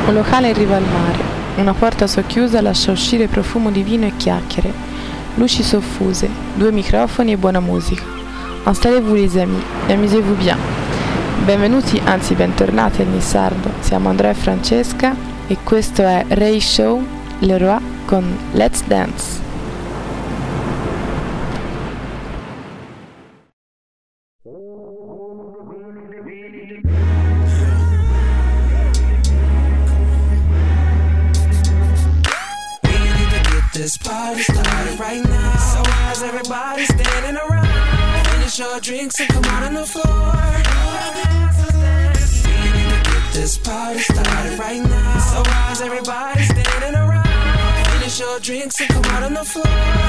Un locale in riva al mare. Una porta socchiusa lascia uscire profumo di vino e chiacchiere. Luci soffuse, 2 microfoni e buona musica. Installez-vous les amis, amusez-vous bien. Benvenuti, anzi bentornati al Nissardo. Siamo Andrea e Francesca e questo è Ray Show Leroy con Let's Dance. This party started right now. So why's everybody standing around? Finish your drinks and come out on the floor. We need to get this party started right now. So why's everybody standing around? Finish your drinks and come out on the floor.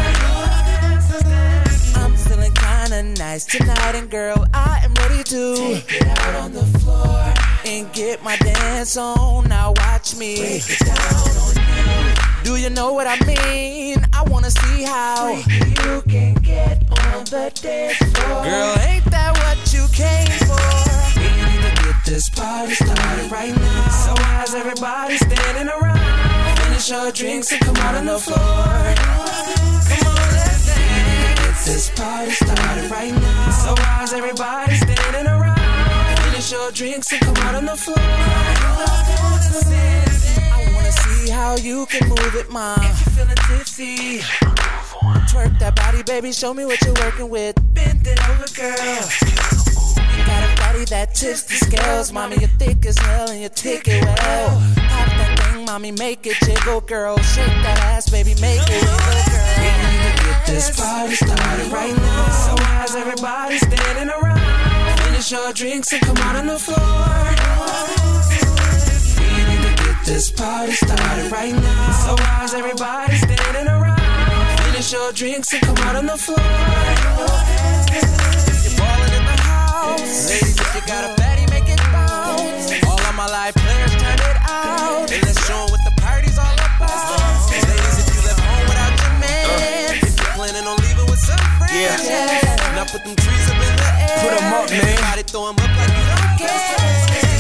I'm feeling kinda nice tonight, and girl, I am ready to take it out on the floor and get my dance on. Now watch me break it down on you. Do you know what I mean? I wanna see how you can get on the dance floor. Girl, ain't that what you came for? We need to get this party started right now. So why's everybody standing around? Finish your drinks and come out on the floor. Come on, let's dance. Get this party started right now. So why's everybody standing around? Finish your drinks and come out on the floor. See how you can move it, ma. If you're feeling tipsy, twerk that body, baby. Show me what you're working with. Bend it over, girl. You got a body that tips the scales, mommy. You're thick as hell and you take it well. Pop that thing, mommy, make it jiggle, girl. Shake that ass, baby, make it wiggle, girl. We need to get this party started right now. So why's everybody standing around? Finish your drinks and come out on the floor. This party started right now. So why's everybody standing around? Finish your drinks and come out on the floor. If you're ballin' in the house, ladies, if you got a fatty, make it bounce. All of my live players, turn it out. And let's show 'em what the party's all about. Ladies, if you left home without your man, if you're planning on leaving with some friends, now put them trees up in the air. Put 'em up, man. Everybody throw 'em up like you don't care.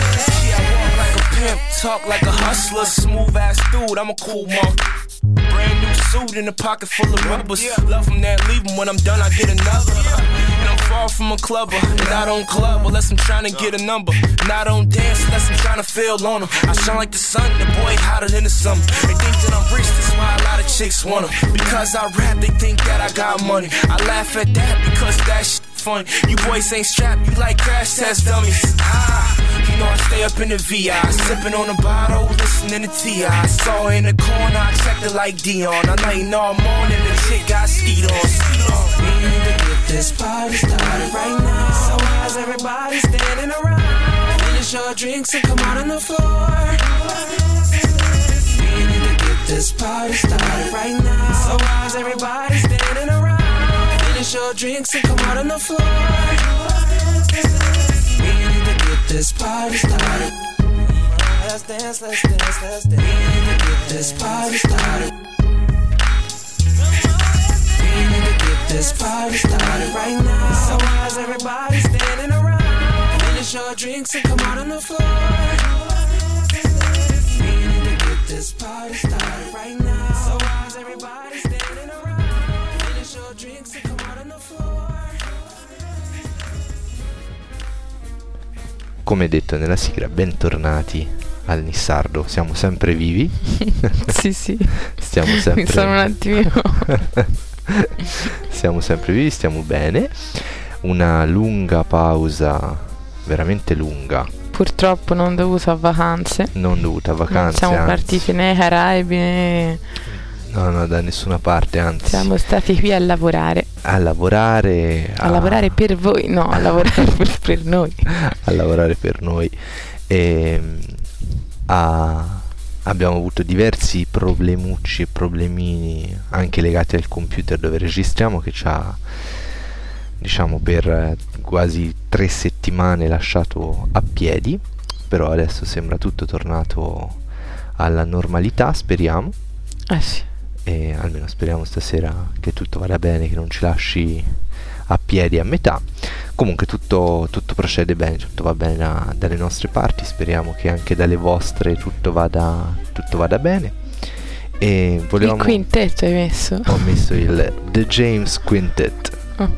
Talk like a hustler, smooth ass dude, I'm a cool monk. Brand new suit in a pocket full of rubbers. Love them that leave them, when I'm done I get another. And I'm far from a clubber, and I don't club unless I'm trying to get a number. And I don't dance unless I'm trying to feel on them. I shine like the sun, the boy hotter than the summer. They think that I'm rich, that's why a lot of chicks want them. Because I rap, they think that I got money. I laugh at that because that shit funny. You boys ain't strapped, you like crash test dummies. You know I stay up in the VI, sipping on a bottle, listening to T.I. Saw her in the corner, I checked it like Dion. I know you know I'm on and the chick got skeet on. We need to get this party started right now. So why's everybody standing around? Finish your drinks and come out on the floor. We need to get this party started right now. So why's everybody standing around? Finish your drinks and come out on the floor. We need to get this party started. Let's dance, let's dance, let's dance. We need to get this party started. We need to get this party started right now. So why's everybody standing around? Finish your drinks and come out on the floor. We need to get this party started right now. So why's everybody standing around? Finish your drinks and come out on the floor. Come detto nella sigla, bentornati al Nissardo, siamo sempre vivi. Sì, sì. Stiamo sempre... Mi sono un attimino... Siamo sempre vivi, stiamo bene. Una lunga pausa, veramente lunga. Purtroppo non dovuta a vacanze. Non dovuta a vacanze, non siamo anzi. partiti né ai Caraibi né... No, da nessuna parte, anzi. Siamo stati qui a lavorare. A lavorare... A lavorare per voi, no, a lavorare per noi. A lavorare per noi. Abbiamo avuto diversi problemucci e problemini anche legati al computer dove registriamo, che ci ha, diciamo, per quasi 3 settimane lasciato a piedi, però adesso sembra tutto tornato alla normalità, speriamo. Sì. E almeno speriamo stasera che tutto vada bene, che non ci lasci a piedi a metà. Comunque tutto procede bene, tutto va bene dalle nostre parti, speriamo che anche dalle vostre tutto vada bene. E volevamo... Il quintetto hai messo? Ho messo il The James Quintet,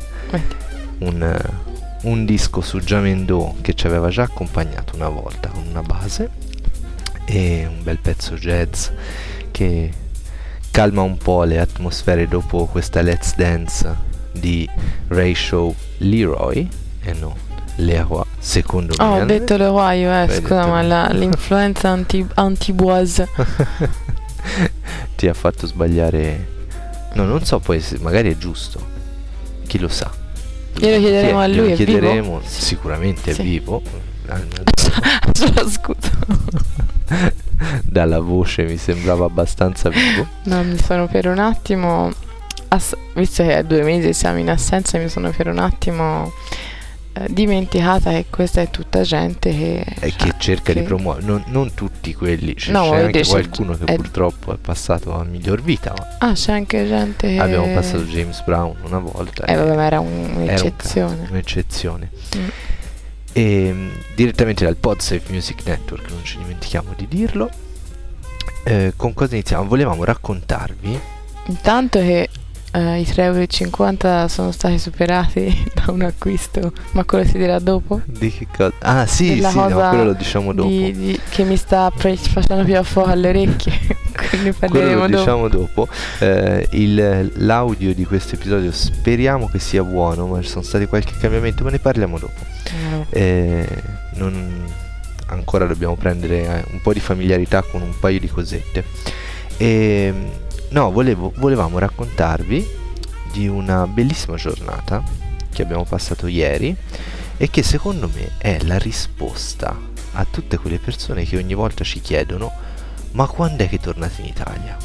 un disco su Jamendo che ci aveva già accompagnato una volta con una base e un bel pezzo jazz che calma un po' le atmosfere dopo questa Let's Dance di Ratio Leroy e no Leroy, secondo me. Ho detto Leroy io, scusa, ma l'influenza antiboise ti ha fatto sbagliare. No, non so, poi magari è giusto, chi lo sa. Glielo chiederemo a lui, è vivo? Sicuramente è vivo. Scusa. Dalla voce mi sembrava abbastanza vivo. No, mi sono per un attimo visto che è 2 mesi siamo in assenza, mi sono per un attimo dimenticata che questa è tutta gente che cerca di promuovere, non tutti quelli, c'è anche qualcuno che purtroppo è passato a miglior vita. C'è anche gente che... Abbiamo passato James Brown una volta, vabbè, ma era un'eccezione. Un'eccezione. E direttamente dal Podsafe Music Network, non ci dimentichiamo di dirlo. Con cosa iniziamo? Volevamo raccontarvi intanto che i 3,50 € sono stati superati da un acquisto, ma quello si dirà dopo? Di che cosa? Sì, ma quello lo diciamo dopo. Che mi sta facendo più a fuoco alle orecchie. Quindi parleremo quello lo dopo. Diciamo dopo. L'audio di questo episodio speriamo che sia buono, ma ci sono stati qualche cambiamento, ma ne parliamo dopo. Ancora dobbiamo prendere un po' di familiarità con un paio di cosette. Volevamo raccontarvi di una bellissima giornata che abbiamo passato ieri e che secondo me è la risposta a tutte quelle persone che ogni volta ci chiedono: ma quando è che tornate in Italia?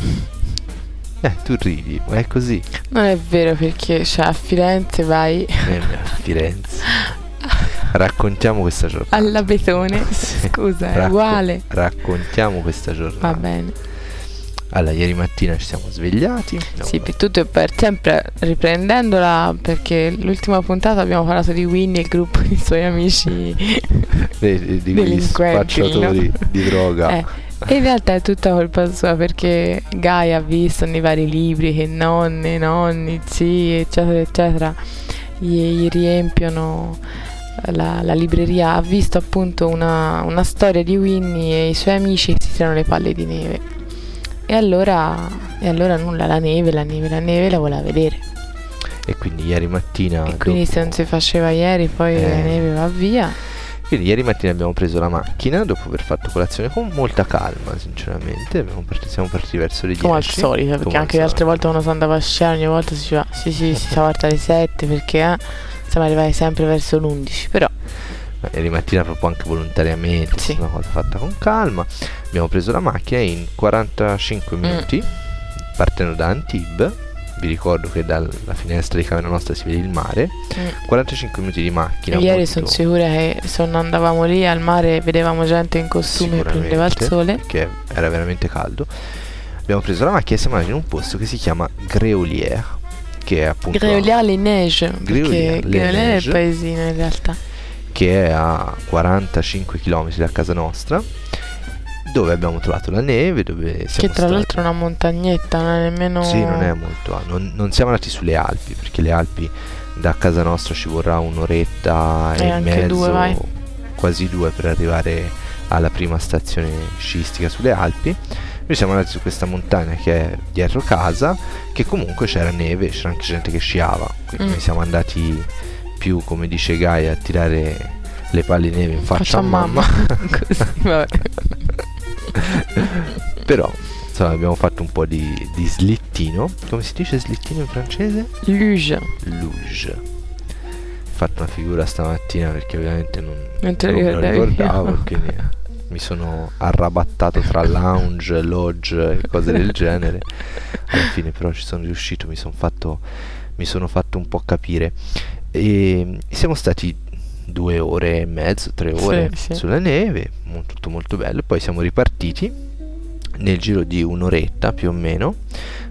Tu ridi, ma è così. Non è vero, perché a Firenze vai a Firenze. Raccontiamo questa giornata. Alla Betone. Scusa, è uguale. Raccontiamo questa giornata. Va bene. Allora, ieri mattina ci siamo svegliati. Sì, per tutto e per sempre riprendendola, perché l'ultima puntata abbiamo parlato di Winnie e il gruppo di suoi amici di quegli spacciatori di droga. E in realtà è tutta colpa sua, perché Gaia ha visto nei vari libri che nonne, nonni, zii, eccetera eccetera gli riempiono la libreria. Ha visto appunto una storia di Winnie e i suoi amici che si tirano le palle di neve. E allora nulla, la neve la voleva vedere. E quindi ieri mattina... E quindi se non si faceva ieri, poi la neve va via. Quindi ieri mattina abbiamo preso la macchina, dopo aver fatto colazione con molta calma, sinceramente. Siamo partiti verso le 10. Come al solito, perché anche le altre volte quando si andava a sciare, ogni volta si diceva si stava alle 7, perché siamo arrivati sempre verso l'11, però... Ieri mattina proprio anche volontariamente, una cosa fatta con calma. Abbiamo preso la macchina in 45 minuti, partendo da Antibes. Vi ricordo che dalla finestra di camera nostra si vede il mare. 45 minuti di macchina. Ieri sono sicura che se non andavamo lì al mare vedevamo gente in costume che prendeva il sole, perché era veramente caldo. Abbiamo preso la macchina e siamo andati in un posto che si chiama Greulière, che è appunto Greulière-les-Neiges, perché Greulière è il paesino in realtà, che è a 45 km da casa nostra, dove abbiamo trovato la neve, dove siamo che tra l'altro è una montagnetta, non è nemmeno... Sì, non è molto... Non siamo andati sulle Alpi, perché le Alpi da casa nostra ci vorrà un'oretta e mezzo, quasi 2, per arrivare alla prima stazione sciistica sulle Alpi. Noi siamo andati su questa montagna che è dietro casa, che comunque c'era neve, c'era anche gente che sciava, quindi noi siamo andati più, come dice Gaia, a tirare le palle di neve in faccia a mamma. Così, vabbè. Però insomma abbiamo fatto un po' di slittino. Come si dice slittino in francese? Luge. Ho fatto una figura stamattina perché ovviamente non lo ricordavo, quindi mi sono arrabattato tra lounge, lodge e cose del genere. Alla fine però ci sono riuscito, mi sono fatto un po' capire. E siamo stati 2 ore e mezzo, 3 ore sulla neve, tutto molto bello. Poi siamo ripartiti nel giro di un'oretta più o meno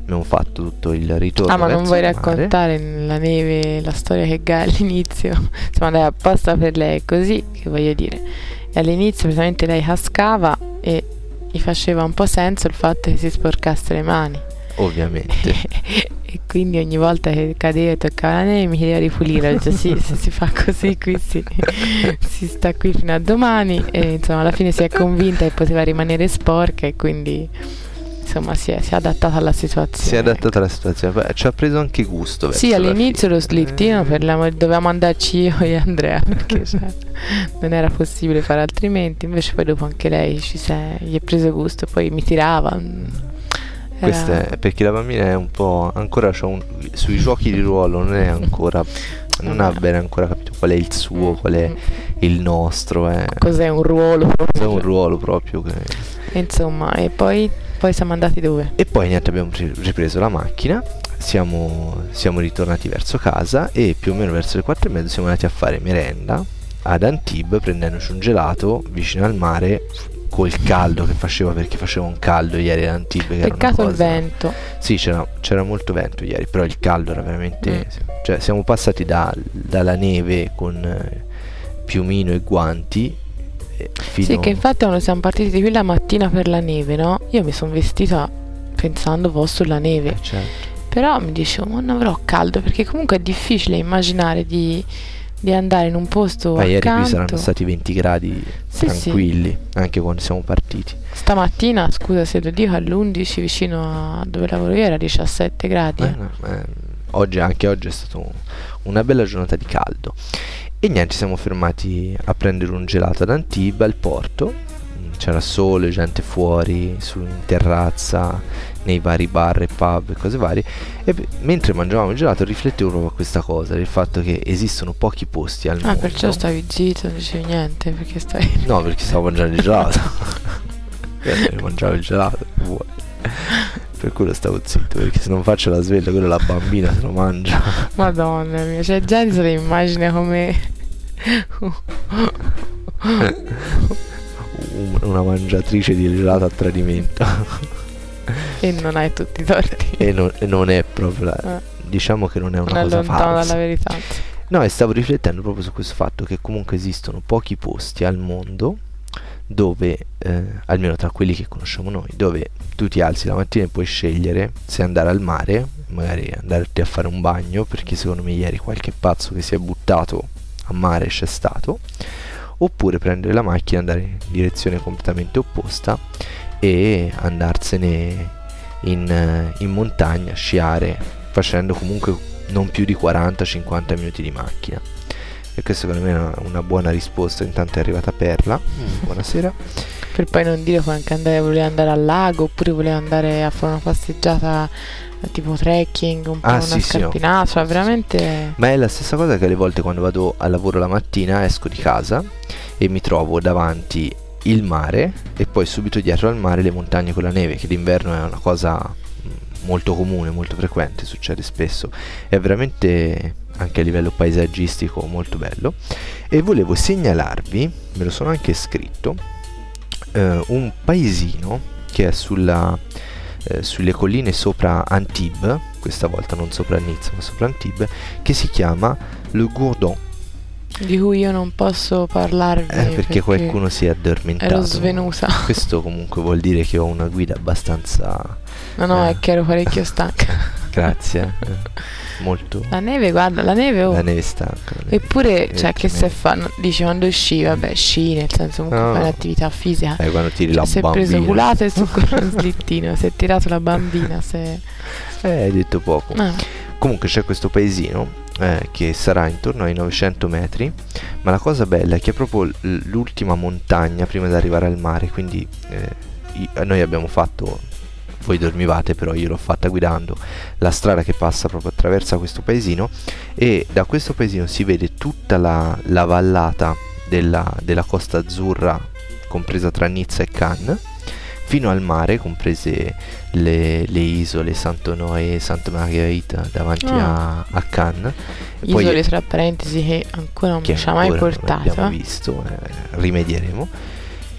abbiamo fatto tutto il ritorno. Ah, ma non verso vuoi il mare. raccontare nella neve la storia che Gaia all'inizio siamo andati apposta per lei, così, che voglio dire. E all'inizio praticamente lei cascava e gli faceva un po' senso il fatto che si sporcasse le mani. Ovviamente. E quindi ogni volta che cadeva e toccava la neve mi chiedeva di pulire. Ho detto sì, se si fa così qui si sta qui fino a domani. E insomma alla fine si è convinta che poteva rimanere sporca e quindi insomma si è adattata alla situazione. Si è adattata alla situazione. Beh, ci ha preso anche gusto. Sì, verso la all'inizio fine. lo slittino dovevamo andarci io e Andrea perché non era possibile fare altrimenti. Invece poi dopo anche lei gli è preso gusto, poi mi tirava. Questo è perché la bambina è un po' ancora sui giochi di ruolo non è ancora non ha bene ancora capito qual è il suo, qual è il nostro, cos'è un ruolo è un ruolo proprio insomma. E poi siamo andati dove? E poi niente, abbiamo ripreso la macchina, siamo ritornati verso casa e più o meno verso le 4:30 siamo andati a fare merenda ad Antibes, prendendoci un gelato vicino al mare col caldo che faceva, perché faceva un caldo ieri ad Antibes. Peccato il vento. Sì, c'era molto vento ieri, però il caldo era veramente... Cioè siamo passati dalla neve con piumino e guanti Sì, che infatti quando siamo partiti di qui la mattina per la neve, no? Io mi sono vestita pensando sulla neve. Certo. Però mi dicevo, ma non avrò caldo, perché comunque è difficile immaginare di andare in un posto Ma ieri accanto. qui saranno stati 20 gradi tranquilli, anche quando siamo partiti. Stamattina, scusa se lo dico, all'11 vicino a dove lavoro io era 17 gradi. Anche oggi è stata una bella giornata di caldo. E niente, siamo fermati a prendere un gelato ad Antibes, al porto. C'era sole, gente fuori, in terrazza, nei vari bar e pub e cose varie. E mentre mangiavamo il gelato riflettevo proprio a questa cosa, del fatto che esistono pochi posti al mondo. Perciò stavi zitto, non dicevi niente, perché stai... No, perché stavo mangiando il gelato. Mangiavo il gelato, per quello stavo zitto, perché se non faccio la sveglia quello la bambina se lo mangia. Madonna mia, cioè già ti le immagini come una mangiatrice di gelato a tradimento. E non hai tutti i torti. E non è proprio diciamo che non è una cosa falsa dalla verità. No, e stavo riflettendo proprio su questo fatto che comunque esistono pochi posti al mondo dove, almeno tra quelli che conosciamo noi, dove tu ti alzi la mattina e puoi scegliere se andare al mare, magari andarti a fare un bagno, perché secondo me ieri qualche pazzo che si è buttato a mare c'è stato, oppure prendere la macchina, andare in direzione completamente opposta e andarsene in montagna, sciare, facendo comunque non più di 40-50 minuti di macchina. E questa secondo me è una buona risposta. Intanto è arrivata Perla. Buonasera. Per poi non dire poi anche voleva andare al lago, oppure voleva andare a fare una passeggiata tipo trekking, un po' una scarpinata, cioè veramente... Ma è la stessa cosa che alle volte quando vado al lavoro la mattina esco di casa e mi trovo davanti il mare e poi subito dietro al mare le montagne con la neve, che d'inverno è una cosa molto comune, molto frequente, succede spesso. È veramente anche a livello paesaggistico molto bello. E volevo segnalarvi, me lo sono anche scritto, un paesino che è sulle colline sopra Antibes, questa volta non sopra Nizza ma sopra Antibes, che si chiama Le Gourdon, di cui io non posso parlarvi perché qualcuno si è addormentato. Ero svenuta. Questo comunque vuol dire che ho una guida abbastanza... No, è che ero parecchio stanca. Grazie. Molto. La neve, guarda, la neve La neve è stanca. Eppure, cioè, che se fanno, dici quando sci, vabbè, sci nel senso comunque fai un'attività fisica. Quando tiri la si bambina. Si è preso culate su quello slittino, si è tirato la bambina, hai detto poco. Comunque c'è questo paesino che sarà intorno ai 900 metri, ma la cosa bella è che è proprio l'ultima montagna prima di arrivare al mare, quindi noi abbiamo fatto, voi dormivate però io l'ho fatta guidando, la strada che passa proprio attraversa questo paesino, e da questo paesino si vede tutta la vallata della Costa Azzurra, compresa tra Nizza e Cannes, fino al mare, comprese le isole Saint-Honoré e Sainte Marguerite davanti a Cannes. Isole poi, tra parentesi, che ancora non ci ha mai portato. Abbiamo visto, rimedieremo.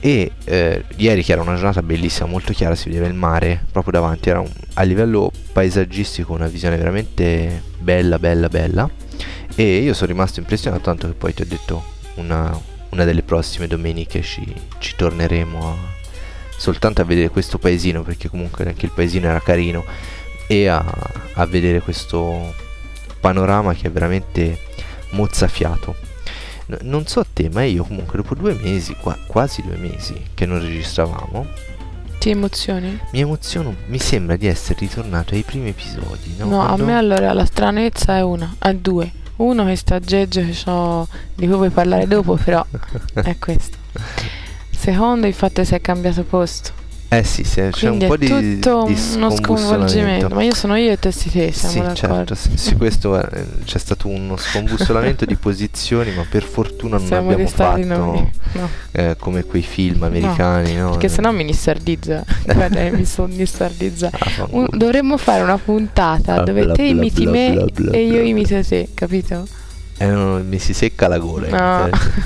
E ieri, che era una giornata bellissima, molto chiara, si vedeva il mare proprio davanti, era a livello paesaggistico una visione veramente bella. E io sono rimasto impressionato, tanto che poi ti ho detto una delle prossime domeniche ci torneremo soltanto a vedere questo paesino, perché comunque anche il paesino era carino, e a vedere questo panorama che è veramente mozzafiato. Non so a te, ma io comunque dopo 2 mesi, quasi 2 mesi che non registravamo, Ti emozioni? mi emoziono, mi sembra di essere ritornato ai primi episodi, no? No, a me allora la stranezza è 2. Uno che sta aggeggio di cui vuoi parlare dopo, però è questo. Secondo, il fatto che si è cambiato posto. Sì, c'è Quindi un po' è di tutto uno sconvolgimento. Ma io sono io e te siamo sì, d'accordo. certo, sì, questo c'è stato uno scombussolamento di posizioni, ma per fortuna non Siamo abbiamo restati fatto noi. No. come quei film americani, no? Perché sennò mi nissardizza. Guarda, mi sono nissardizzato. fanculo. Dovremmo fare una puntata Bla, dove bla, te bla, imiti bla, me bla, bla, e io bla. imito te, capito? No, mi si secca la gola. No.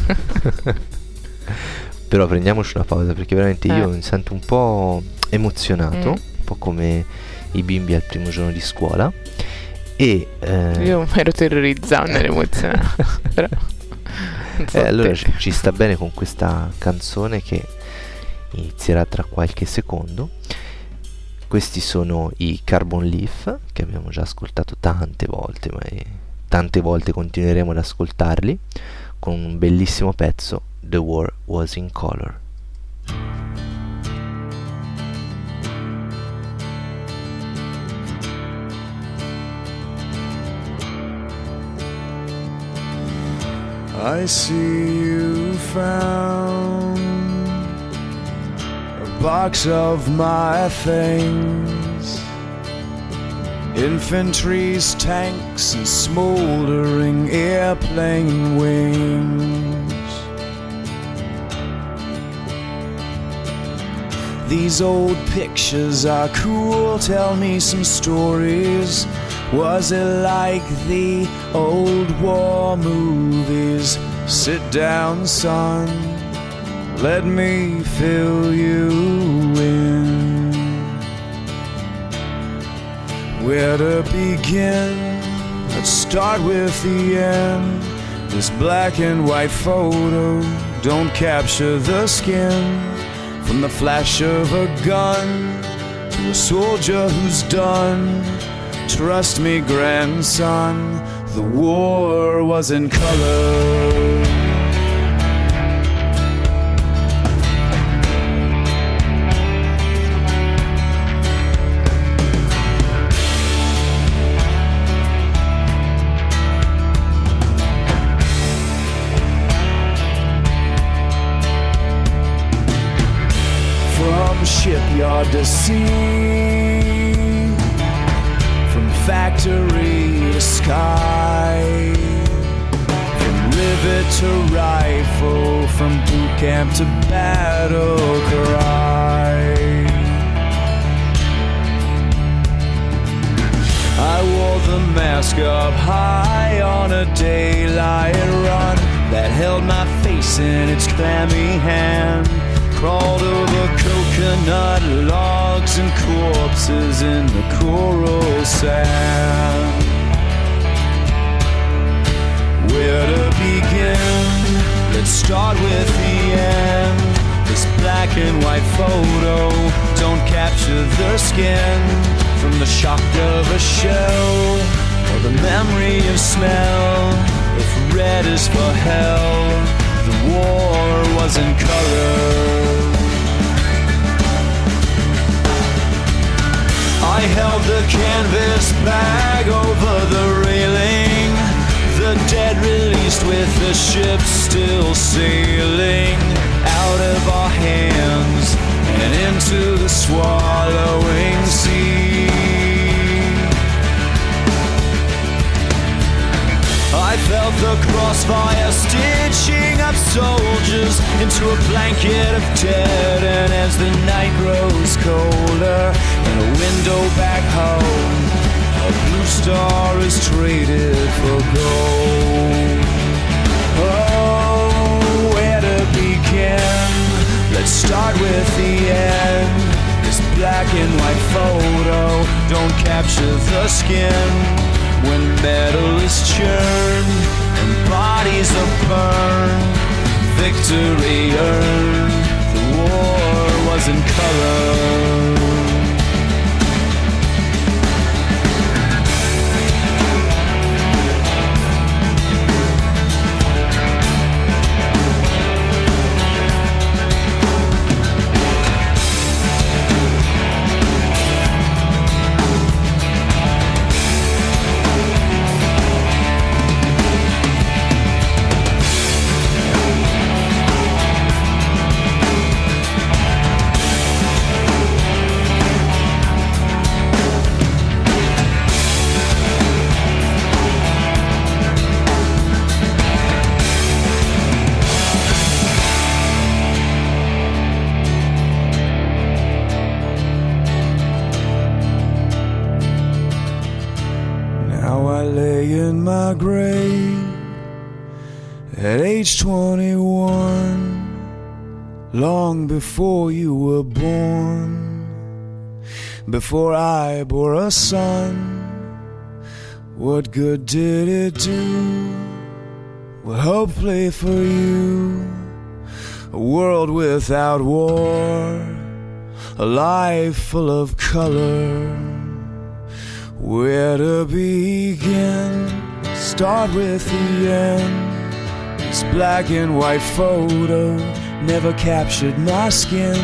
Però prendiamoci una pausa, perché veramente io mi sento un po' emozionato, un po' come i bimbi al primo giorno di scuola. E Io mi ero terrorizzato, non ero emozionato. Però non so allora te. ci sta bene con questa canzone che inizierà tra qualche secondo. Questi sono i Carbon Leaf, che abbiamo già ascoltato tante volte, ma tante volte continueremo ad ascoltarli, con un bellissimo pezzo, The War Was in Color. I see you found a box of my things, infantry's tanks and smoldering airplane wings. These old pictures are cool, tell me some stories. Was it like the old war movies? Sit down, son, let me fill you in. Where to begin? Let's start with the end. This black and white photo don't capture the skin. From the flash of a gun to a soldier who's done. Trust me, grandson, the war was in color. From shipyard to sea, from factory to sky, from rivet to rifle, from boot camp to battle cry. I wore the mask up high on a daylight run that held my face in its clammy hand. Crawled over coconut logs and corpses in the coral sand. Where to begin? Let's start with the end. This black and white photo don't capture the skin. From the shock of a shell or the memory of smell. If red is for hell, the war was in color. I held the canvas bag over the railing, the dead released with the ship still sailing out of our hands and into the swallowing sea. I felt the crossfire stitching up soldiers into a blanket of dead. And as the night grows colder in a window back home, a blue star is traded for gold. Oh, where to begin? Let's with the end. This black and white photo don't capture the skin. When metal is churned and bodies are burned, victory earned. The war was in color. My grave at age 21, long before you were born, before I bore a son. What good did it do? What hope lay for you? A world without war, a life full of color. Where to begin? Start with the end. This black and white photo never captured my skin.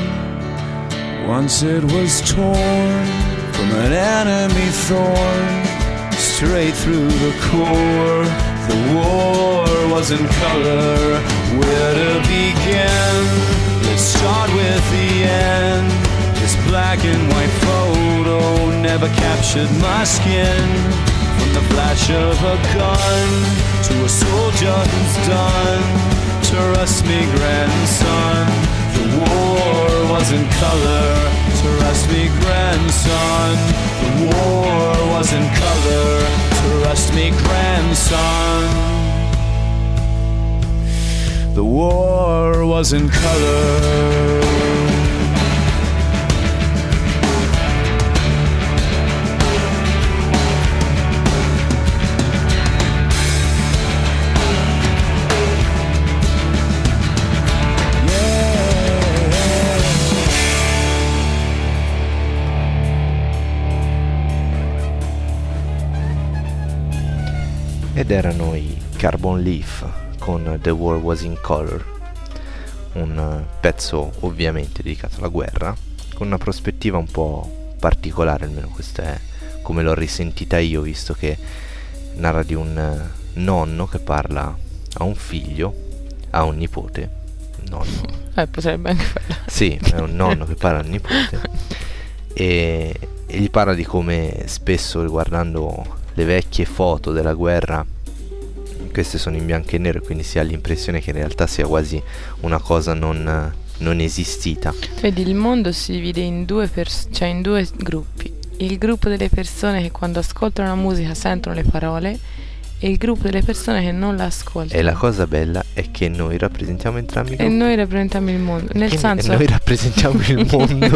Once it was torn from an enemy thorn, straight through the core. The war was in color. Where to begin? Let's start with the end. This black and white photo never captured my skin. From the flash of a gun to a soldier who's done. Trust me, grandson, the war was in color. Trust me, grandson, the war was in color. Trust me, grandson, the war was in color. Ed erano i Carbon Leaf con The War Was in Color, un pezzo ovviamente dedicato alla guerra, con una prospettiva un po' particolare, almeno questa è come l'ho risentita io, visto che narra di un nonno che parla a un figlio, a un nipote, nonno. Potrebbe anche farlo. Sì, è un nonno che parla al nipote e gli parla di come spesso, riguardando le vecchie foto della guerra, queste sono in bianco e nero, quindi si ha l'impressione che in realtà sia quasi una cosa non esistita. Vedi, il mondo si divide in due gruppi. Il gruppo delle persone che quando ascoltano la musica sentono le parole e il gruppo delle persone che non la ascoltano. E la cosa bella è che noi rappresentiamo entrambi i gruppi. E noi rappresentiamo il mondo, nel senso... Noi rappresentiamo il mondo.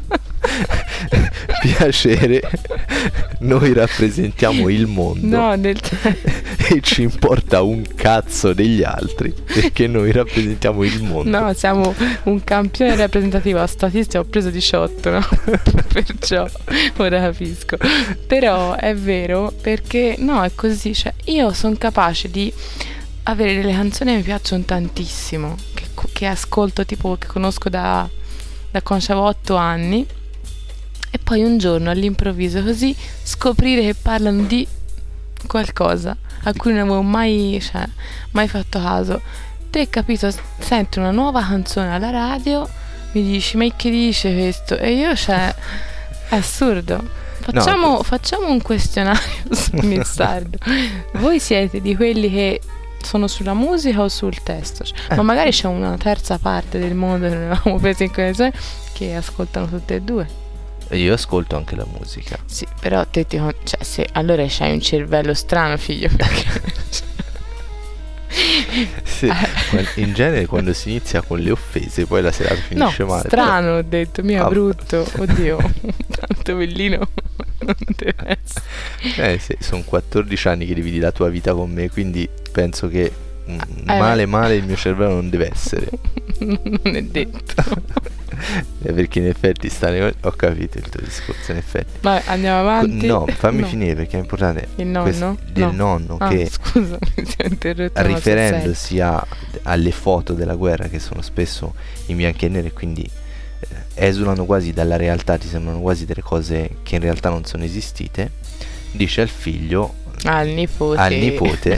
Piacere, noi rappresentiamo il mondo. No, e ci importa un cazzo degli altri, perché noi rappresentiamo il mondo. No, siamo un campione rappresentativo. A statistica ho preso 18, no? Perciò ora capisco. Però è vero, perché no, è così. Cioè, io sono capace di avere delle canzoni che mi piacciono tantissimo, che ascolto, tipo, che conosco da quando avevo 8 anni, e poi un giorno all'improvviso così scoprire che parlano di qualcosa a cui non avevo mai fatto caso. Te, capito, senti una nuova canzone alla radio, mi dici ma che dice questo? E io, è assurdo. Facciamo un questionario su Missardo. Voi siete di quelli che sono sulla musica o sul testo? Ma magari c'è una terza parte del mondo che non avevamo preso in considerazione, che ascoltano tutte e due. Io ascolto anche la musica. Sì, però te allora c'hai un cervello strano, figlio, perché In genere quando si inizia con le offese poi la serata finisce male. Strano, però... ho detto, mio brutto, oddio, tanto bellino non deve essere. Sì, sono 14 anni che dividi la tua vita con me, quindi penso che male il mio cervello non deve essere. Non è detto. Perché in effetti ho capito il tuo discorso, in effetti. Vai, andiamo avanti. No, fammi finire perché è importante. Il nonno? Del nonno che scusa, mi ti ho interrotto. Riferendosi alle foto della guerra, che sono spesso in bianco e nero e quindi esulano quasi dalla realtà, ti sembrano quasi delle cose che in realtà non sono esistite, dice al figlio, al nipote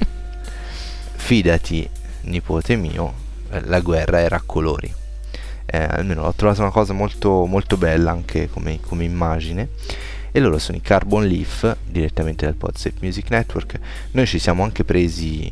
fidati nipote mio, la guerra era a colori. Almeno ho trovato una cosa molto, molto bella anche come immagine. E loro sono i Carbon Leaf, direttamente dal Podsafe Music Network. Noi ci siamo anche presi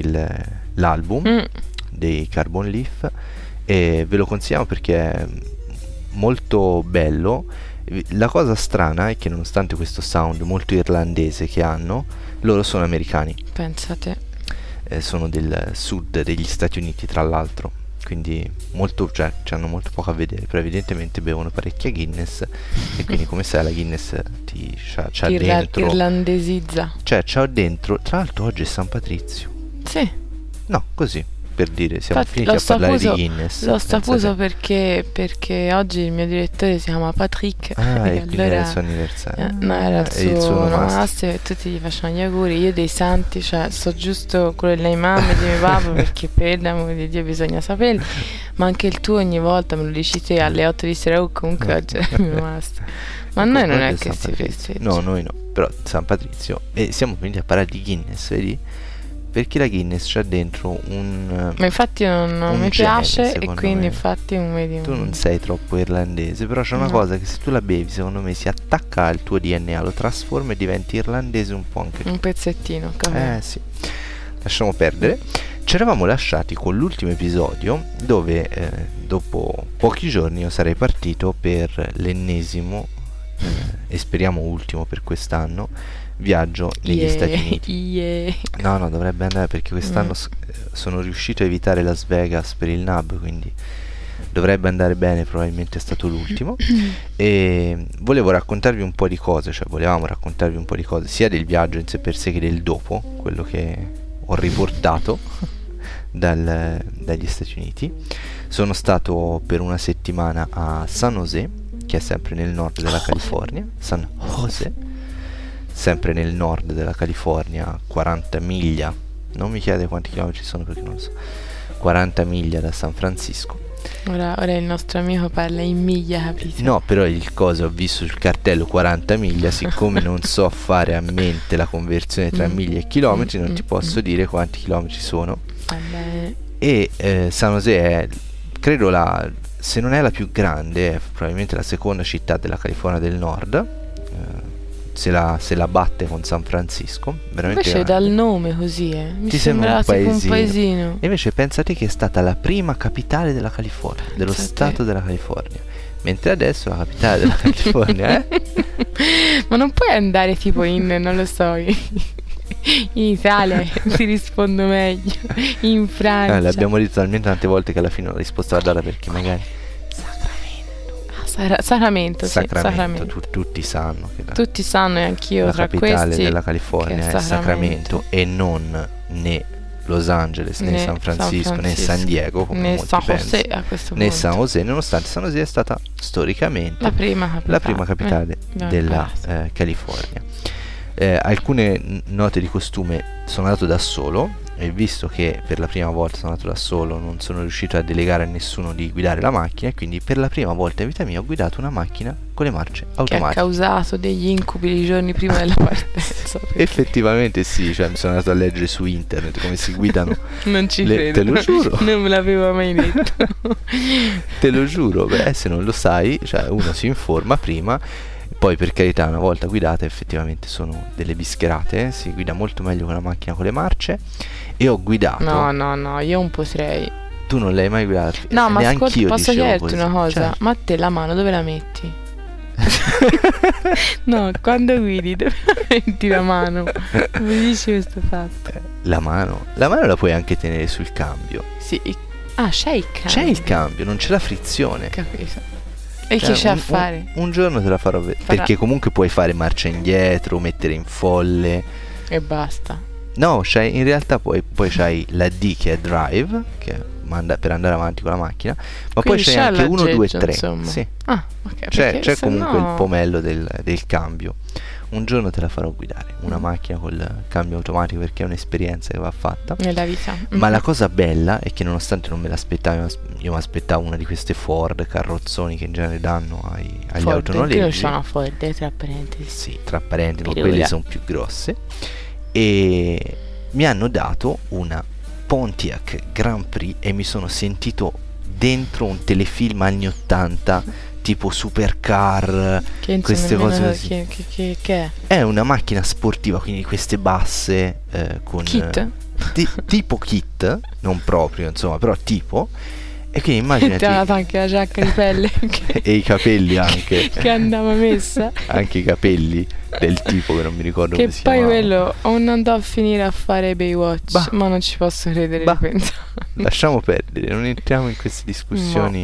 l'album dei Carbon Leaf e ve lo consigliamo perché è molto bello. La cosa strana è che nonostante questo sound molto irlandese che hanno, loro sono americani. Pensate. Sono del sud degli Stati Uniti, tra l'altro, quindi hanno molto poco a vedere, però evidentemente bevono parecchia Guinness e quindi come sai la Guinness c'ha dentro irlandesizza, c'ha dentro. Tra l'altro oggi è San Patrizio. Sì. No, così per dire, siamo finiti a parlare di Guinness. L'ho saputo perché oggi il mio direttore si chiama Patrick. E quindi allora era il suo anniversario. No, era il suo onomastico e tutti gli facevano gli auguri. Io dei santi, so giusto quello delle mamme di mio papà perché per l'amore di Dio bisogna saperlo. Ma anche il tuo ogni volta me lo dici te alle 8 di sera. Comunque oggi è il mio master. Ma noi non è che si festeggia. No, noi no. Però San Patrizio. E siamo venuti a parlare di Guinness, vedi? Perché la Guinness c'ha dentro ma infatti non mi piace e quindi infatti tu non sei troppo irlandese, però c'è una cosa che se tu la bevi secondo me si attacca al tuo DNA, lo trasforma e diventi irlandese un po' anche tu. Un pezzettino, capito? Sì. Lasciamo perdere. Ci eravamo lasciati con l'ultimo episodio dove dopo pochi giorni io sarei partito per l'ennesimo e speriamo ultimo per quest'anno viaggio negli Stati Uniti. No, dovrebbe andare perché quest'anno sono riuscito a evitare Las Vegas per il NAB, quindi dovrebbe andare bene, probabilmente è stato l'ultimo. E volevamo raccontarvi un po' di cose sia del viaggio in sé per sé che del dopo, quello che ho riportato dagli Stati Uniti. Sono stato per una settimana a San José, che è sempre nel nord della California. San José, sempre nel nord della California, 40 miglia, non mi chiede quanti chilometri sono perché non lo so, 40 miglia da San Francisco. Ora il nostro amico parla in miglia, capito? No, però il coso, ho visto sul cartello 40 miglia, siccome non so fare a mente la conversione tra miglia e chilometri, non ti posso dire quanti chilometri sono. Vabbè. E San José è, credo, se non è la più grande, è probabilmente la seconda città della California del Nord. Se la batte con San Francisco, veramente. Invece dal nome così mi sembra un paesino. E invece pensate che è stata la prima capitale della California, dello stato della California, mentre adesso la capitale della California Ma non puoi andare tipo non lo so, in Italia ti rispondo meglio, in Francia. L'abbiamo detto talmente tante volte che alla fine ho risposto a data perché magari Sacramento. Tutti sanno che tutti sanno e anch'io la tra capitale questi della California è Sacramento e non né Los Angeles né San Francisco né San Diego come né molti San pensano, José a questo né punto. San José, nonostante San José è stata storicamente la prima capitale della California. Alcune note di costume: sono andato da solo e visto che per la prima volta sono andato da solo non sono riuscito a delegare a nessuno di guidare la macchina e quindi per la prima volta in vita mia ho guidato una macchina con le marce automatiche, che ha causato degli incubi i giorni prima della partenza. Effettivamente sì, cioè mi sono andato a leggere su internet come si guidano. Non ci credo, te lo giuro, non me l'avevo mai detto. Te lo giuro, se non lo sai, cioè uno si informa prima. Poi per carità, una volta guidata effettivamente sono delle bischerate, si guida molto meglio con la macchina con le marce. E ho guidato. No, io un potrei. Tu non l'hai mai guidata? No, ma ascolta, posso chiederti così. una cosa? Cioè, ma te la mano dove la metti? No, quando guidi metti la mano. Come dici questo fatto? La mano la puoi anche tenere sul cambio. Sì. C'è il cambio. C'è il cambio, non c'è la frizione. Capito. E che c'è a fare? Un giorno te la farò vedere. Perché comunque puoi fare marcia indietro, mettere in folle. E basta. No, in realtà poi c'hai la D che è drive, che per andare avanti con la macchina, ma quindi poi c'hai anche 1, 2, 3. Insomma. Sì. Okay, C'è comunque il pomello del cambio. Un giorno te la farò guidare, una macchina col cambio automatico, perché è un'esperienza che va fatta nella vita. Ma la cosa bella è che nonostante non me l'aspettavo, io mi aspettavo una di queste Ford carrozzoni che in genere danno agli autonoleggi. Io c'ho una Ford, tra parentesi. Sì, tra parentesi, ma quelle sono più grosse. E mi hanno dato una Pontiac Grand Prix e mi sono sentito dentro un telefilm anni 80, tipo Supercar, queste cose così. Che è? È una macchina sportiva, quindi queste basse con Kit? Tipo Kit, non proprio insomma, però tipo. E quindi immaginati. Ti ha dato anche la giacca di pelle e i capelli anche che andava messa. Anche i capelli del tipo che non mi ricordo che come si chiamava. Poi quello andò a finire a fare Baywatch. Ma non ci posso credere. Lasciamo perdere, non entriamo in queste discussioni.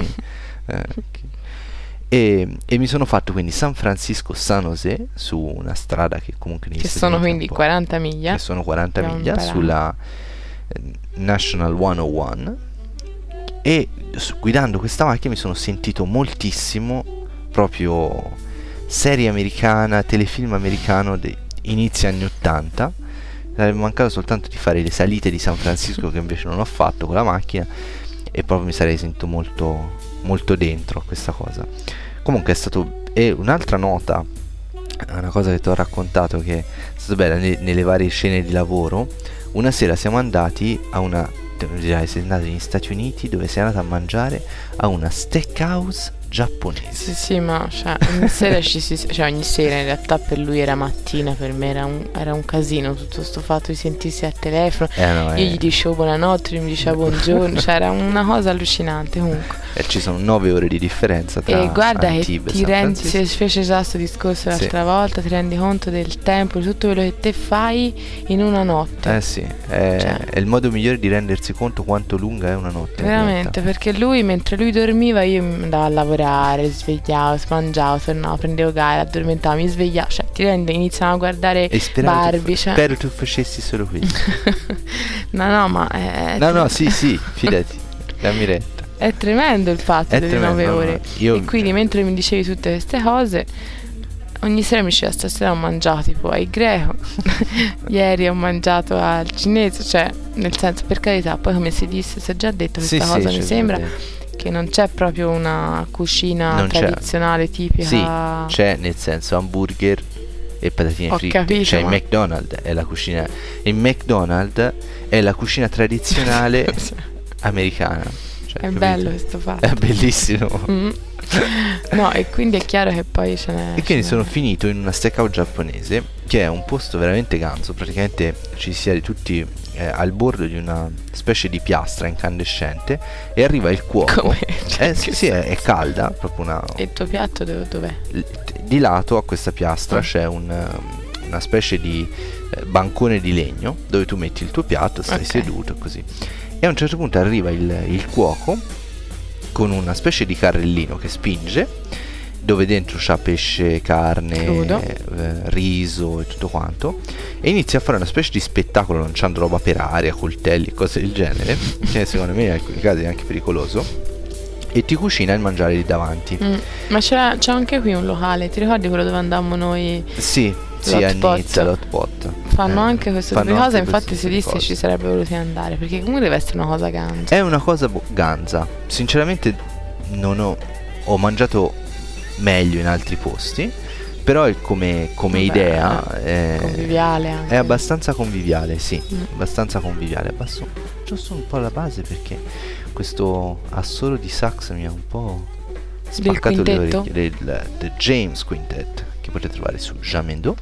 E mi sono fatto quindi San Francisco San José su una strada che comunque che sono quindi 40 miglia. Che sono 40 miglia sulla National 101. E guidando questa macchina mi sono sentito moltissimo proprio serie americana, telefilm americano inizi anni 80. Sarebbe mancato soltanto di fare le salite di San Francisco, che invece non ho fatto con la macchina, e proprio mi sarei sentito molto, molto dentro a questa cosa. Comunque è un'altra nota, una cosa che ti ho raccontato che è stata bella nelle varie scene di lavoro. Una sera siamo andati a sei andato negli Stati Uniti, dove sei andato a mangiare a una steakhouse giapponese. Sì, ma ogni sera ogni sera in realtà per lui era mattina, per me era un casino tutto sto fatto di sentirsi al telefono. Io gli dicevo buonanotte, lui mi diceva buongiorno, era una cosa allucinante comunque. Ci sono 9 ore di differenza tra e guarda Antibes che ti rendi, si fece già questo discorso l'altra volta, ti rendi conto del tempo, di tutto quello che te fai in una notte. È il modo migliore di rendersi conto quanto lunga è una notte. Veramente, perché lui, mentre lui dormiva, io andavo a lavorare, svegliavo, mangiavo, tornavo, prendevo gara, addormentavo, mi svegliavo, ti rende, iniziamo a guardare Barbie. Spero tu facessi solo questo. No, sì, fidati, dammi retta. È tremendo il fatto delle 9 ore. E quindi mentre mi dicevi tutte queste cose, ogni sera mi diceva stasera ho mangiato tipo al greco, ieri ho mangiato al cinese, nel senso, per carità, poi come si è già detto questa cosa, mi sembra che non c'è proprio una cucina tradizionale tipica. Sì, c'è, nel senso, hamburger e patatine fritte. Capito, c'è il McDonald's, è la cucina. Il McDonald's è la cucina tradizionale americana. È bello questo fatto. È bellissimo. No, e quindi è chiaro che poi ce n'è. E quindi sono finito in una steakhouse giapponese, che è un posto veramente ganzo. Praticamente ci si siede tutti al bordo di una specie di piastra incandescente e arriva il cuoco. Sì, è calda, proprio una. E il tuo piatto dov'è? Di lato a questa piastra c'è una specie di bancone di legno dove tu metti il tuo piatto, stai seduto e così. E a un certo punto arriva il cuoco con una specie di carrellino che spinge, dove dentro c'ha pesce, carne, riso e tutto quanto, e inizia a fare una specie di spettacolo lanciando roba per aria, coltelli e cose del genere, che secondo me in alcuni casi è anche pericoloso, e ti cucina il mangiare lì davanti. Ma c'è anche qui un locale, ti ricordi quello dove andammo noi? Sì, a Nizza, l'Hotpot. Fanno anche queste due cose, infatti se dissi ci sarebbe voluto andare, perché comunque deve essere una cosa ganza. È una cosa ganza. Sinceramente ho mangiato meglio in altri posti, però come idea è conviviale anche. È abbastanza conviviale, sì. Abbastanza conviviale. Abbasso giusto un po' la base, perché questo assolo di sax mi ha un po' spaccato le orecchie. The James Quintet, che potete trovare su Jamendo.